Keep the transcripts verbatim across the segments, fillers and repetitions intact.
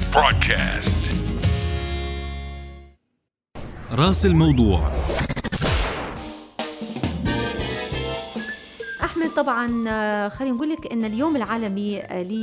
Broadcast. راس الموضوع. أحمد، طبعا خلينا نقول لك إن اليوم العالمي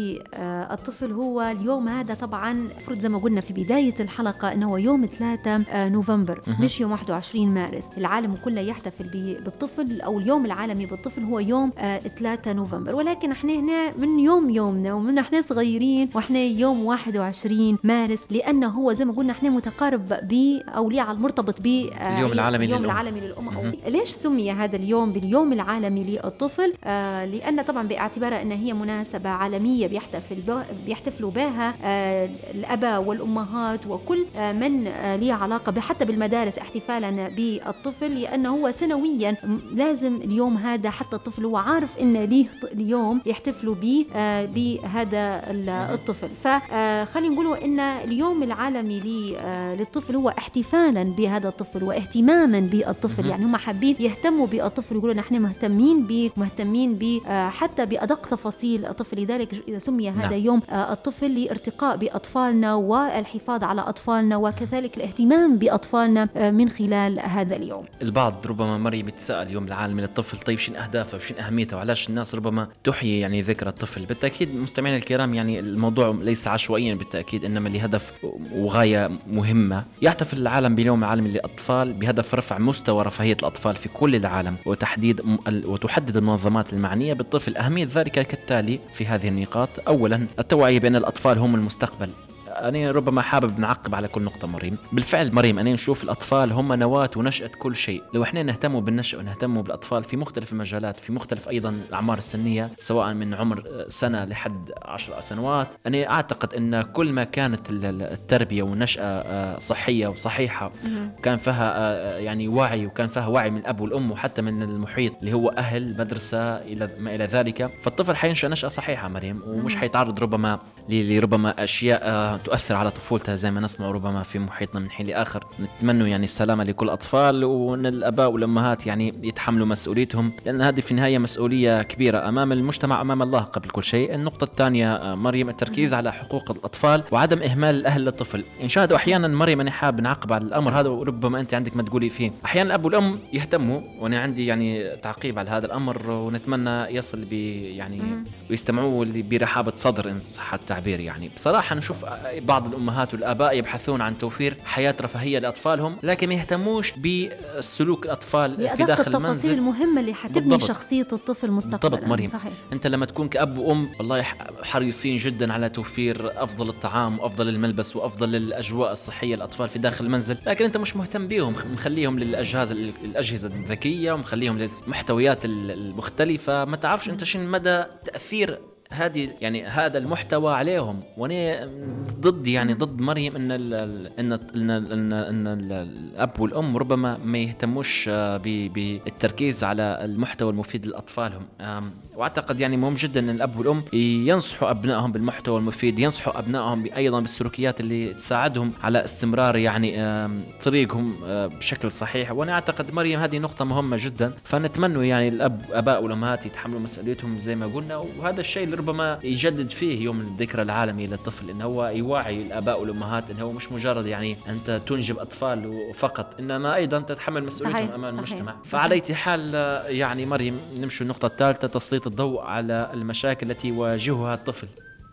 للطفل هو اليوم هذا، طبعا فرض زي ما قلنا في بداية الحلقة إنه هو يوم ثلاثة نوفمبر مش يوم واحد وعشرين مارس. العالم كله يحتفل بالطفل، أو اليوم العالمي بالطفل هو يوم ثلاثة نوفمبر، ولكن احنا هنا من يوم يومنا ومن احنا صغيرين واحنا يوم واحد وعشرين مارس، لأنه هو زي ما قلنا احنا متقارب ب أو ليه مرتبط ب اليوم العالمي اليوم للأم. العالمي للأم. ليش سمي هذا اليوم باليوم العالمي للطفل؟ آه لأن طبعا باعتبارها أن هي مناسبة عالمية بيحتفل بيحتفلوا بها آه الأباء والأمهات وكل آه من آه ليه علاقة حتى بالمدارس احتفالا بالطفل، لأنه هو سنويا لازم اليوم هذا حتى الطفل هو عارف أن ليه اليوم يحتفلوا به آه بهذا الطفل. فخلينا نقولوا أن اليوم العالمي للطفل هو احتفالا بهذا الطفل واهتماما بالطفل، يعني هم حابين يهتموا بالطفل، يقولوا نحن مهتمين به مهتمين ب حتى بأدق تفاصيل الطفل. لذلك سمي هذا نعم. يوم الطفل لارتقاء بأطفالنا والحفاظ على أطفالنا، وكذلك الاهتمام بأطفالنا من خلال هذا اليوم. البعض ربما مريم يتساءل يوم العالمي للطفل، طيب شين أهدافه وشين أهميته وعلاش الناس ربما تحيي يعني ذكرى الطفل؟ بالتأكيد مستمعين الكرام، يعني الموضوع ليس عشوائيا بالتأكيد، إنما لهدف وغاية مهمة. يحتفل العالم باليوم العالمي للأطفال بهدف رفع مستوى رفاهية الأطفال في كل العالم، وتحديد وتحدد المنظمات المعنية بالطفل أهمية ذلك كالتالي في هذه النقاط. أولا، التوعية بأن الأطفال هم المستقبل. أنا ربما حابب نعقب على كل نقطة مريم. بالفعل مريم، أنا نشوف الأطفال هم نواة ونشأة كل شيء. لو إحنا نهتموا بالنشأة ونهتموا بالأطفال في مختلف المجالات، في مختلف أيضا الأعمار السنية، سواء من عمر سنة لحد عشر سنوات، أنا أعتقد أن كل ما كانت التربية والنشأة صحية وصحيحة، وكان فيها يعني وعي، وكان فيها وعي من الأب والأم وحتى من المحيط اللي هو أهل مدرسة إلى ما إلى ذلك، فالطفل حينشأ نشأة صحيحة مريم، ومش حيتعرض ربما لربما أشياء تؤثر على طفولتها زي ما نسمع ربما في محيطنا من حين لآخر. نتمنى يعني السلامة لكل الأطفال، وأن الآباء والأمهات يعني يتحملوا مسؤوليتهم، لأن هذه في النهاية مسؤولية كبيرة أمام المجتمع، أمام الله قبل كل شيء. النقطة الثانية مريم، التركيز على حقوق الأطفال وعدم إهمال الأهل للطفل. إن شاهدوا أحيانا مريم، أنا حاب نعقب على الأمر هذا، وربما أنت عندك ما تقولي فيه. أحيانا الأب والأم يهتموا، وأنا عندي يعني تعقيب على هذا الأمر، ونتمنى يصل ب يعني ويستمعوا برحابة صدر إن صح التعبير. يعني بصراحة نشوف بعض الأمهات والآباء يبحثون عن توفير حياة رفاهية لأطفالهم، لكن ما يهتموش بالسلوك الأطفال في داخل المنزل. التفاصيل المهمة اللي حتبني شخصية الطفل مستقبلا. مريم، صحيح. أنت لما تكون كأب وأم والله حريصين جدا على توفير أفضل الطعام وأفضل الملبس وأفضل الأجواء الصحية للأطفال في داخل المنزل، لكن أنت مش مهتم بيهم، مخليهم للأجهزة الأجهزة الذكية ومخليهم للمحتويات المختلفة، ما تعرفش أنت شن مدى تأثير هذه يعني هذا المحتوى عليهم. وانا ضد يعني ضد مريم ان ال ان ان ان, إن الاب والام ربما ما يهتموش بالتركيز على المحتوى المفيد لاطفالهم. واعتقد يعني مهم جدا ان الاب والام ينصحوا ابنائهم بالمحتوى المفيد، ينصحوا ابنائهم ايضا بالسلوكيات اللي تساعدهم على استمرار يعني طريقهم بشكل صحيح. وانا اعتقد مريم هذه نقطه مهمه جدا، فنتمنى يعني الاب اباء والامهات يتحملوا مسؤوليتهم زي ما قلنا. وهذا الشيء اللي ربما يجدد فيه يوم الذكرى العالمي للطفل، إنه هو يوعي الآباء والأمهات إنه هو مش مجرد يعني أنت تنجب أطفال فقط، إنما أيضا تتحمل مسؤوليتهم أمام المجتمع. فعلى أي حال يعني مريم، نمشي النقطة الثالثة، تسليط الضوء على المشاكل التي يواجهها الطفل.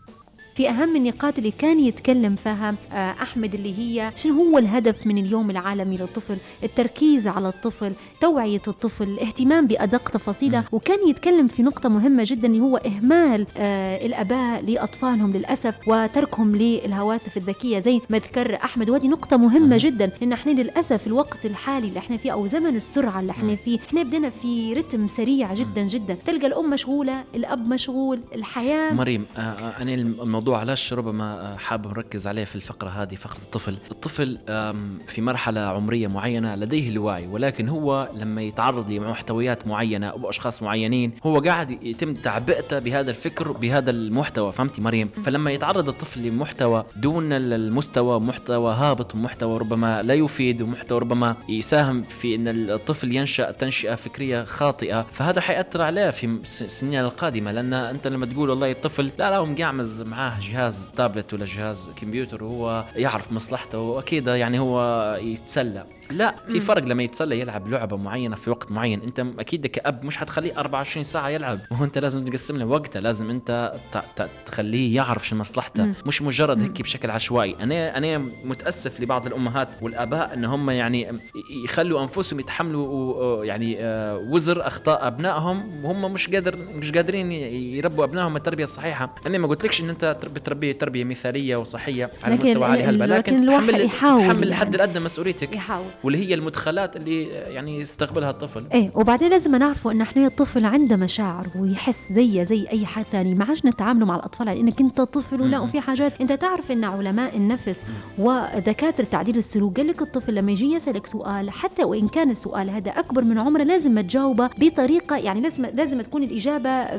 في أهم النقاط اللي كان يتكلم فيها أحمد، اللي هي شنو هو الهدف من اليوم العالمي للطفل، التركيز على الطفل، توعية الطفل، الاهتمام بأدق تفاصيله. وكان يتكلم في نقطة مهمة جدا اللي هو إهمال آه الآباء لأطفالهم للأسف، وتركهم للهواتف الذكية زي ما ذكر أحمد. وهذه نقطة مهمة جدا، لأن احنا للأسف الوقت الحالي اللي احنا فيه أو زمن السرعة اللي احنا فيه، احنا بدنا في رتم سريع جدا جدا، تلقى الأم مشغولة، الأب مشغول، الحياة. مريم آه أنا الموضوع علاش ربما حابب نركز عليه في الفقرة هذه، فقرة الطفل. الطفل في مرحلة عمرية معينة لديه الوعي، ولكن هو لما يتعرض لمحتويات معينة أو أشخاص معينين هو قاعد يتم تعبئته بهذا الفكر بهذا المحتوى. فهمتي مريم؟ فلما يتعرض الطفل لمحتوى دون المستوى، محتوى هابط ومحتوى ربما لا يفيد ومحتوى ربما يساهم في أن الطفل ينشأ تنشئة فكرية خاطئة، فهذا حيأثر عليه في السنين القادمة. لأن أنت لما تقول والله الطفل لا لا مقعمز معاه معاه جهاز تابلت ولا جهاز كمبيوتر وهو يعرف مصلحته واكيد يعني هو يتسلى. لا، في فرق لما يتسلى يلعب لعبة معينة في وقت معين. انت اكيد كأب مش هتخليه أربعة وعشرين ساعة يلعب، وهو انت لازم تقسم له وقته، لازم انت تخليه يعرف شو مصلحته، مش مجرد هيك بشكل عشوائي. انا انا متاسف لبعض الامهات والاباء ان هم يعني يخلوا انفسهم يتحملوا يعني وزر اخطاء ابنائهم وهم مش قادر مش قادرين يربوا ابنائهم التربيه الصحيحه. انا ما قلت لكش ان انت بتربيه تربيه مثاليه وصحيه على مستوى عالي هلبا، لكن تحمل تحمل لحد الادنى مسؤوليتك يحاول. واللي هي المدخلات اللي يعني يستقبلها الطفل. ايه، وبعدين لازم نعرفوا ان احنا الطفل عنده مشاعر ويحس زي زي اي حد ثاني. ما عادش نتعاملوا مع الاطفال على انك انت طفل ولا، وفي حاجات انت تعرف ان علماء النفس ودكاتره تعديل السلوك قال لك الطفل لما يجي يسالك سؤال حتى وان كان السؤال هذا اكبر من عمره لازم تجاوبه بطريقه، يعني لازم لازم تكون الاجابه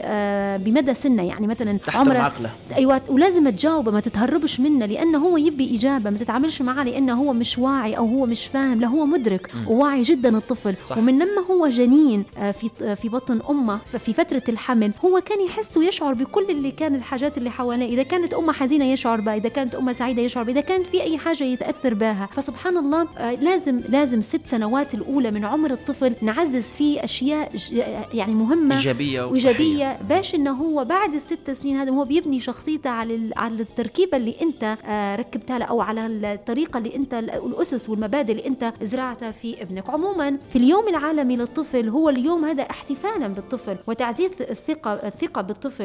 بمدى سنه، يعني مثلا عمره ايوه، ولازم تجاوبه ما تتهربش منه لانه هو يبي اجابه، ما تتعاملش معاه لانه هو مش واعي او هو مش فاهم، لا هو مدرك م. وواعي جدا الطفل. صح. ومن لما هو جنين في في بطن امه في فتره الحمل هو كان يحس ويشعر بكل اللي كان الحاجات اللي حواليه، اذا كانت امه حزينه يشعر بها، اذا كانت امه سعيده يشعر بها، اذا كانت في اي حاجه يتاثر بها. فسبحان الله لازم لازم ست سنوات الاولى من عمر الطفل نعزز فيه اشياء يعني مهمه ايجابيه وايجابيه باش انه هو بعد الست سنين هذا هو بيبني شخصيته على على التركيبه اللي انت ركبتها له او على الطريقه اللي انت الاسس والمبادئ اللي انت زرعتها في ابنك. عموما في اليوم العالمي للطفل هو اليوم هذا احتفالا بالطفل وتعزيز الثقه الثقه بالطفل،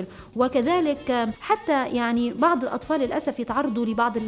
وكذلك حتى يعني بعض الاطفال للاسف يتعرضوا لبعض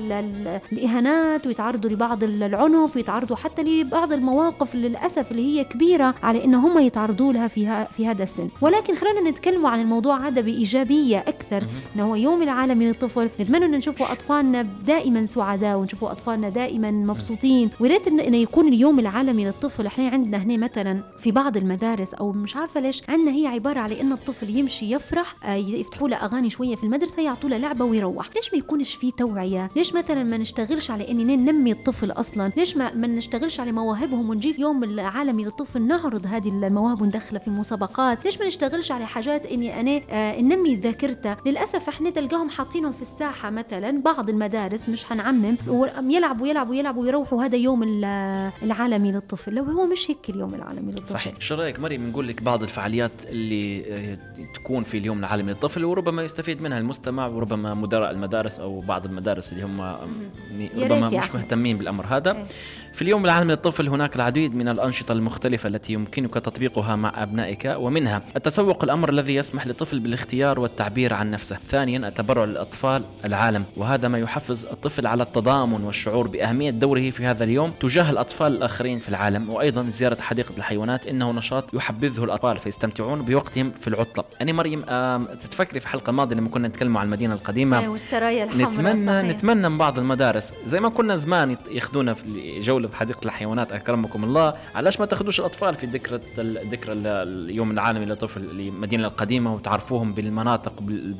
الاهانات ويتعرضوا لبعض العنف ويتعرضوا حتى لبعض المواقف للاسف اللي هي كبيره على ان هم يتعرضوا لها في في هذا السن. ولكن خلينا نتكلم عن الموضوع هذا بايجابيه اكثر، انه هو يوم العالمي للطفل. نتمنى ان نشوفوا اطفالنا دائما سعداء ونشوفوا اطفالنا دائما مبسوطين، وريت انه يكون اليوم العالمي للطفل. احنا عندنا هنا مثلا في بعض المدارس او مش عارفه ليش عندنا هي عباره على ان الطفل يمشي يفرح، يفتحوا له اغاني شويه في المدرسه، يعطوا له لعبه ويروح. ليش ما يكونش في توعيه؟ ليش مثلا ما نشتغلش على اننا ننمي الطفل اصلا؟ ليش ما, ما نشتغلش على مواهبهم ونجي في يوم العالمي للطفل نعرض هذه المواهب وندخلها في مسابقات؟ ليش ما نشتغلش على حاجات اني انا آه ننمي ذاكرته؟ للاسف احنا تلقاهم حاطينهم في الساحه مثلا بعض المدارس، مش هنعمم، ويلعبوا يلعبوا يلعبوا ويروحوا. هذا يوم العالمي للطفل، لو هو مش هيك اليوم العالمي للطفل. صحيح. شو رايك مريم نقول لك بعض الفعاليات اللي تكون في اليوم العالمي للطفل وربما يستفيد منها المستمع وربما مدراء المدارس او بعض المدارس اللي هم ربما مش مهتمين بالامر هذا. إيه. في اليوم العالمي للطفل هناك العديد من الأنشطة المختلفة التي يمكنك تطبيقها مع أبنائك، ومنها التسوق، الأمر الذي يسمح للطفل بالاختيار والتعبير عن نفسه. ثانيا التبرع للأطفال العالم، وهذا ما يحفز الطفل على التضامن والشعور بأهمية دوره في هذا اليوم تجاه الأطفال الآخرين في العالم. وأيضا زيارة حديقة الحيوانات، إنه نشاط يحبذه الأطفال فيستمتعون بوقتهم في العطلة. أنا مريم تتفكري في حلقة ماضية لما كنا نتكلم عن المدينة القديمة والسرايا الحمراء، نتمنى صحيح. نتمنى من بعض المدارس زي ما كنا زمان ياخذونا في جولة بحديقة الحيوانات أكرمكم الله، علاش ما تاخذوش الأطفال في ذكرى ذكرى اليوم العالمي للطفل المدينة القديمة وتعرفوهم بالمناطق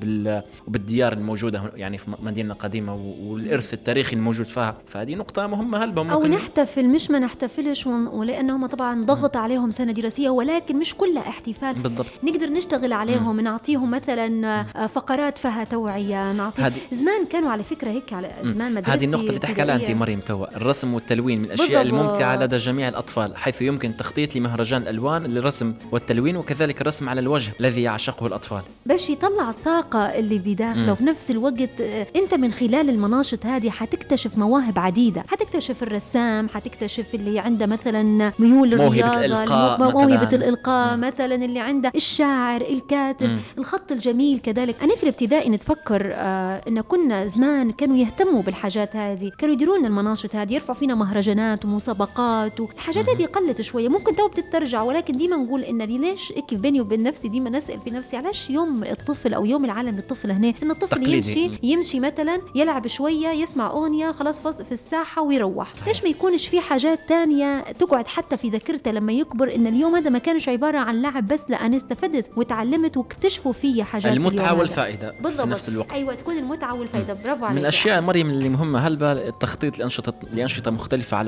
وبالديار الموجودة يعني في المدينة القديمة والإرث التاريخي الموجود فيها. فهذه نقطة مهمة هلبة. أو نحتفل، مش ما نحتفلش، ولأنهم طبعا ضغط عليهم سنة دراسية، ولكن مش كلها احتفال. بالضبط. نقدر نشتغل عليهم، م. نعطيهم مثلا فقرات فيها توعية، نعطي هدي. زمان كانوا على فكرة هيك على زمان مدرستي. هذه النقطة اللي تحكي عليها أنت مريم توا، الرسم والتلوين من الأشياء بالضبط. الممتعة لدى جميع الأطفال، حيث يمكن تخطيط لمهرجان الألوان للرسم والتلوين، وكذلك الرسم على الوجه الذي يعشقه الأطفال، باش يطلع الطاقة اللي بداخله. وفي نفس الوقت أنت من خلال المناشط هذه حتكتشف مواهب عديدة، حتكتشف الرسام، حتكتشف اللي عنده مثلا ميول للرياضة، موهبة الإلقاء مم. مثلا اللي عنده الشاعر، الكاتب، مم. الخط الجميل. كذلك أنا في الابتدائي نتفكر آه إن كنا زمان كانوا يهتموا بالحاجات هذه، كانوا يديرون المناشط هذه، يرفعوا فينا مهرجانات ومسابقات، والحاجات هذه قلت شوية، ممكن تو بتترجع. ولكن ديما نقول إن ليش إك بيني وبين نفسي ديما نسأل في نفسي علاش يوم الطفل أو يوم العالم للطفل هنا إن الطفل تقليدي. يمشي يمشي مثلا يلعب شوية، يسمع أغنية، خلاص في الساحة ويروح. ليش ما يكونش في حاجات تانية تقعد حتى في ذاكرته لما يكبر، إن اليوم هذا ما كانش عبارة عن لعب بس، لا أنا استفدت وتعلمت واكتشفوا فيه حاجات، المتعة والفائدة في نفس الوقت. أيوة، تكون المتعة والفائدة. برافو عليك. من الأشياء مريم اللي مهمة هلبا التخطيط لأنشطة لأنشطة مختلفة على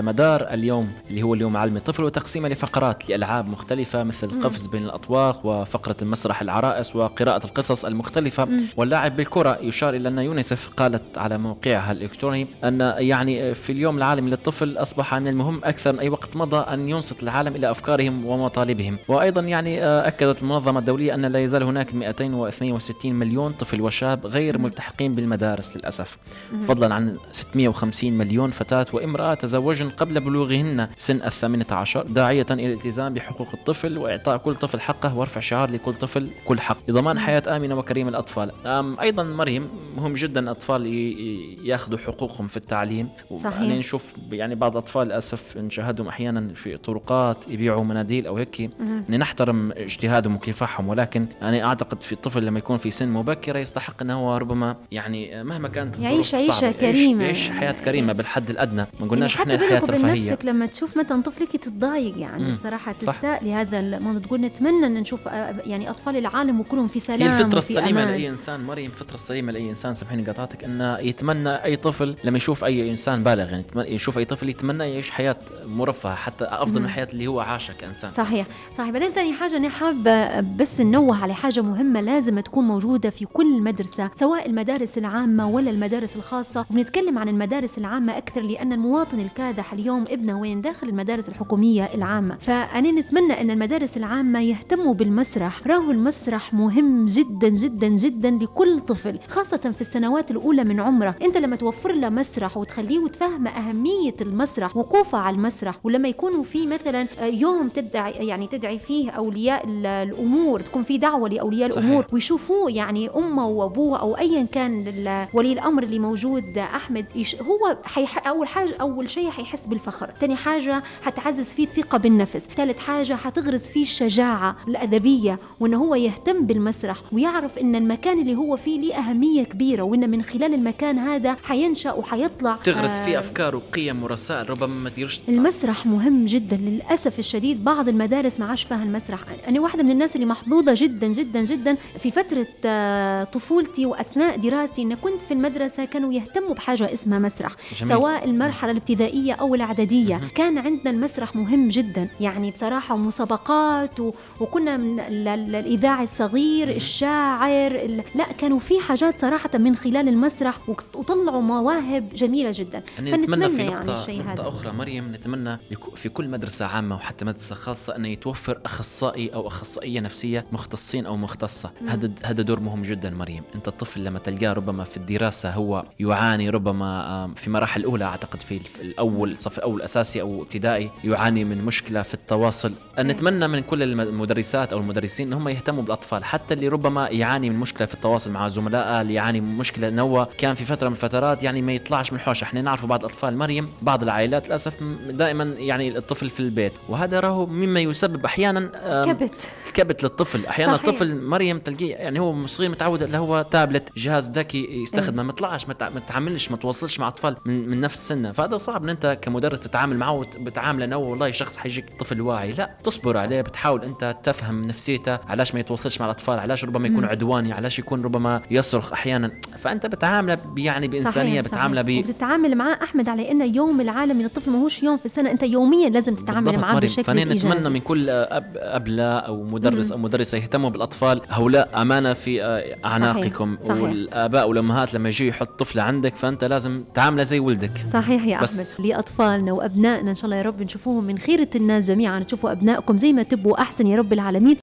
على مدار اليوم اللي هو اليوم العالمي للطفل، وتقسيمه لفقرات لألعاب مختلفة مثل القفز بين الأطواق وفقرة المسرح العرائس وقراءة القصص المختلفة واللعب بالكرة. يشار إلى أن يونيسف قالت على موقعها الإلكتروني أن يعني في اليوم العالمي للطفل أصبح من المهم أكثر من أي وقت مضى أن ينصت العالم إلى أفكارهم ومطالبهم. وأيضا يعني أكدت المنظمة الدولية أن لا يزال هناك مئتين واثنين وستين مليون طفل وشاب غير ملتحقين بالمدارس للأسف، فضلا عن ستمئة وخمسين مليون فتاة وامرأة تزوجن قبل بلوغهن سن الثامنة عشر، داعية إلى الالتزام بحقوق الطفل وإعطاء كل طفل حقه ورفع شعار لكل طفل كل حق لضمان حياة آمنة وكريمة للأطفال. أيضا مريم مهم جدا الأطفال يأخذوا حقوقهم في التعليم. يعني نشوف يعني بعض الأطفال للأسف نشاهدهم أحيانا في طرقات يبيعوا مناديل أو هيك، يعني نحترم اجتهادهم وكفاحهم، ولكن أنا أعتقد في الطفل لما يكون في سن مبكرة يستحق أنه هو ربما يعني مهما كانت يعيش عيشة كريمة، يعيش حياة كريمة بالحد الأدنى. ما قلناش يعني إحنا الحياة رفاهية. نفسك لما تشوف مثلا طفلك تتضايق يعني مم. بصراحة تستاء لهذا الموضوع، تقول نتمنى أن نشوف يعني أطفال العالم وكلهم في سلام. هي الفطرة السليمة لأي إنسان مريم، الفطرة السليمة لأي إنسان، سامحيني قطعتك، أنه يتمنى أي طفل لما يشوف أي إنسان بالغ يعني يشوف أي طفل يتمنى يعيش حياة مرفهة حتى أفضل مم. من الحياة اللي هو عاشها كإنسان. صحيح صحيح. بعدين ثاني حاجة أنا حابة بس ننوه على حاجة مهمة لازم تكون موجودة في كل مدرسة، سواء المدارس العامة ولا المدارس الخاصة. وبنتكلم عن المدارس العامة أكثر لأن المواطن الكادح اليوم ابنه وين داخل المدارس الحكومية العامة. فأنا نتمنى أن المدارس العامة يهتموا بالمسرح. راهو المسرح مهم جدا جدا جدا لكل طفل، خاصة في السنوات الأولى من عمره. أنت لما توفر له مسرح وتخليه وتفهم أهمية المسرح وقوفه على المسرح، ولما يكونوا في مثلا يوم تدعي يعني تدعي فيه أولياء الأمور، تكون في دعوة لأولياء صحيح. الأمور ويشوفوه يعني أمه وأبوه أو أيا كان ولي الأمر اللي موجود أحمد، هو حيح... أول حاجة أول شيء حيحس بالفخر، تاني حاجة حتعزز فيه الثقة بالنفس، ثالث حاجة حتغرس فيه الشجاعة الأدبية، وإنه هو يهتم بالمسرح ويعرف إن المكان اللي هو فيه له أهمية كبيرة، وإن من خلال المكان هذا حينشأ وحيطلع تغرس آه فيه أفكار وقيم ورسائل ربما ما تيرش. المسرح مهم جدا. للأسف الشديد بعض المدارس ما عاش فيها المسرح. أنا واحدة من الناس اللي محظوظة جدا جدا جدا في فترة آه طفولتي وأثناء دراستي إن كنت في المدرسة كانوا يهتموا بحاجة اسمها مسرح، جميل. سواء المرحلة الابتدائية أو الإعدادية م- كان عندنا المسرح مهم جدا يعني بصراحة، ومسابقات و... وكنا من ال... الإذاعي الصغير م- الشاعر ال... لا كانوا في حاجات صراحة من خلال المسرح وطلعوا مواهب جميلة جدا. فنتمنى في نقطة, يعني نقطة أخرى مريم، نتمنى في كل مدرسة عامة وحتى مدرسة خاصة أن يتوفر أخصائي أو أخصائية نفسية مختصين أو مختصة. هذا هذا دور مهم جدا مريم. أنت الطفل لما تلقاه ربما في الدراسة هو يعاني ربما في مراحل الأولى، أعتقد في الأول صف الأول أساسي أو ابتدائي يعاني من مشكلة في التواصل، أن نتمنى من كل المدرسات أو المدرسين أنهم يهتموا بالأطفال، حتى اللي ربما يعاني من مشكلة في التواصل مع زملائه، اللي يعاني من مشكلة أنه كان في فترة من الفترات يعني ما يطلعش من الحوش. احنا نعرف بعض الأطفال مريم، بعض العائلات للأسف دائما يعني الطفل في البيت، وهذا راهو مما يسبب أحيانا كبت كبت للطفل. أحيانا صحيح. الطفل مريم تلقيه يعني هو صغير متعود اللي هو تابلت جهاز ذكي يستخدمه، ما طلعش ما تعاملش ما تواصلش مع أطفال من, من نفس سنه، فهذا صعب ان انت كمدرس تتعامل معه وبتعامله انه والله شخص حيجيك طفل واعي، لا تصبر عليه، بتحاول انت تفهم نفسيته، علاش ما يتواصلش مع الاطفال، علاش ربما يكون عدواني، علاش يكون ربما يصرخ احيانا، فانت بتعامله يعني بانسانيه، بتعامله ب بتتعامل معاه احمد على انه يوم العالمي للطفل، ما هوش يوم في السنه، انت يوميا لازم تتعامل معاه بشكل ايجابي. فنتمنى من كل اب ابلاء او مدرس مم. او مدرسه يهتموا بالاطفال، هؤلاء امانه في اعناقكم. صحيح. صحيح. والاباء والامهات لما يجي يحط طفل عندك فانت لازم تعامله زي ولدك. صحيح يا أحمد. لأطفالنا وأبنائنا إن شاء الله يا رب نشوفوهم من خيرة الناس جميعا، نشوفوا أبنائكم زي ما تبوا أحسن يا رب العالمين.